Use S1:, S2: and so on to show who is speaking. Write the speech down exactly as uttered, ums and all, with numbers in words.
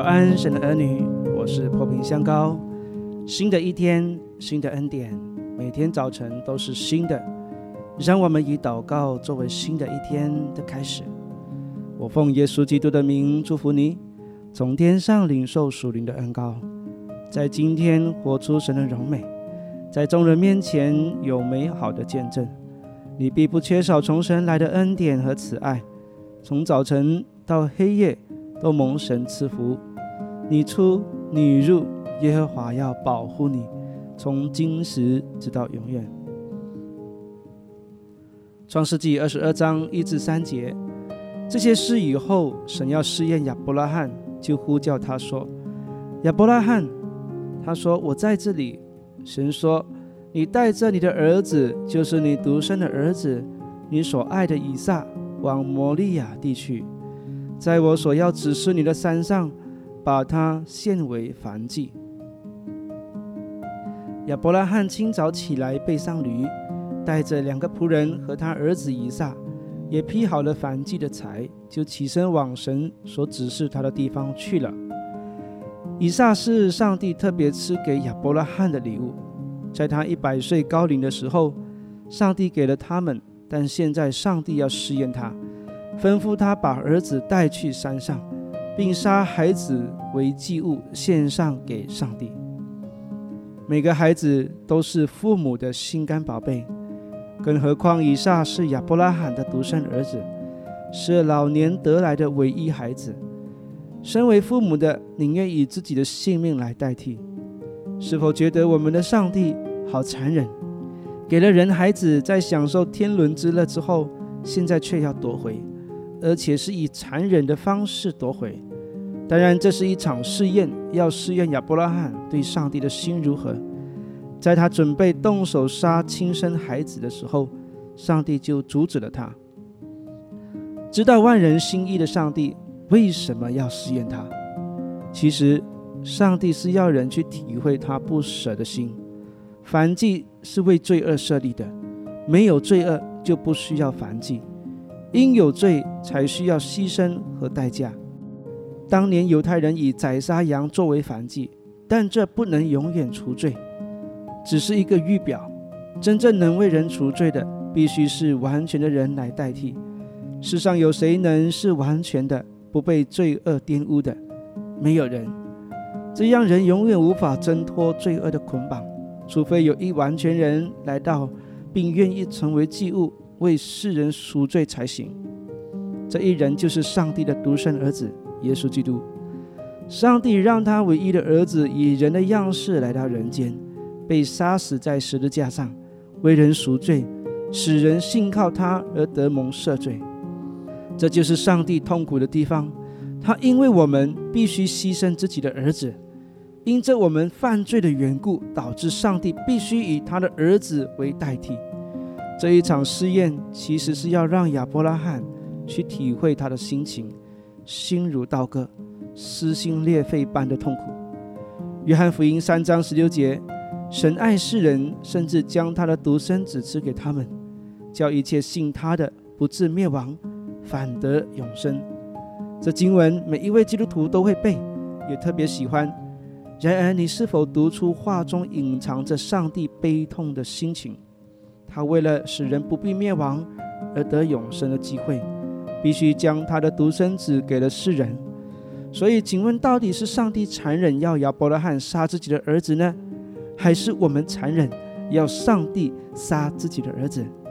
S1: 安，神的儿女，我是破屏香膏。新的一天，新的恩典，每天早晨都是新的，让我们以祷告作为新的一天的开始。我奉耶稣基督的名祝福你，从天上领受属灵的恩膏，在今天活出神的荣美，在众人面前有美好的见证。你必不缺少从神来的恩典和慈爱，从早晨到黑夜都蒙神赐福。你出你入，耶和华要保护你，从今时直到永远。创世纪二十二章一至三节，这些事以后，神要试验亚伯拉罕，就呼叫他说：亚伯拉罕。他说：我在这里。神说：你带着你的儿子，就是你独生的儿子，你所爱的以撒，往摩利亚地去，在我所要指示你的山上，把他献为燔祭。亚伯拉罕清早起来，背上驴，带着两个仆人和他儿子以撒，也劈好了燔祭的柴，就起身往神所指示他的地方去了。以撒是上帝特别赐给亚伯拉罕的礼物，在他一百岁高龄的时候，上帝给了他们，但现在上帝要试验他，吩咐他把儿子带去山上，并杀孩子为祭物献上给上帝。每个孩子都是父母的心肝宝贝，更何况以撒是亚伯拉罕的独生儿子，是老年得来的唯一孩子。身为父母的宁愿以自己的性命来代替。是否觉得我们的上帝好残忍，给了人孩子，在享受天伦之乐之后，现在却要夺回，而且是以残忍的方式夺回。当然这是一场试验，要试验亚伯拉罕对上帝的心如何。在他准备动手杀亲生孩子的时候，上帝就阻止了他。知道万人心意的上帝为什么要试验他？其实上帝是要人去体会他不舍的心。燔祭是为罪恶设立的，没有罪恶就不需要燔祭，因有罪才需要牺牲和代价。当年犹太人以宰杀羊作为燔祭，但这不能永远除罪，只是一个预表。真正能为人除罪的，必须是完全的人来代替。世上有谁能是完全的，不被罪恶玷污的？没有人。这样人永远无法挣脱罪恶的捆绑，除非有一完全人来到，并愿意成为祭物，为世人赎罪才行。这一人就是上帝的独生儿子耶稣基督。上帝让他唯一的儿子以人的样式来到人间，被杀死在十字架上，为人赎罪，使人信靠他而得蒙赦罪。这就是上帝痛苦的地方，他因为我们必须牺牲自己的儿子，因着我们犯罪的缘故，导致上帝必须以他的儿子为代替。这一场试验其实是要让亚伯拉罕去体会他的心情，心如刀割，撕心裂肺般的痛苦。约翰福音三章十六节，神爱世人，甚至将他的独生子赐给他们，叫一切信他的不至灭亡，反得永生。这经文每一位基督徒都会背，也特别喜欢。然而你是否读出话中隐藏着上帝悲痛的心情？他为了使人不必灭亡而得永生的机会，必须将他的独生子给了世人。所以请问，到底是上帝残忍要亚伯拉罕杀自己的儿子呢，还是我们残忍要上帝杀自己的儿子？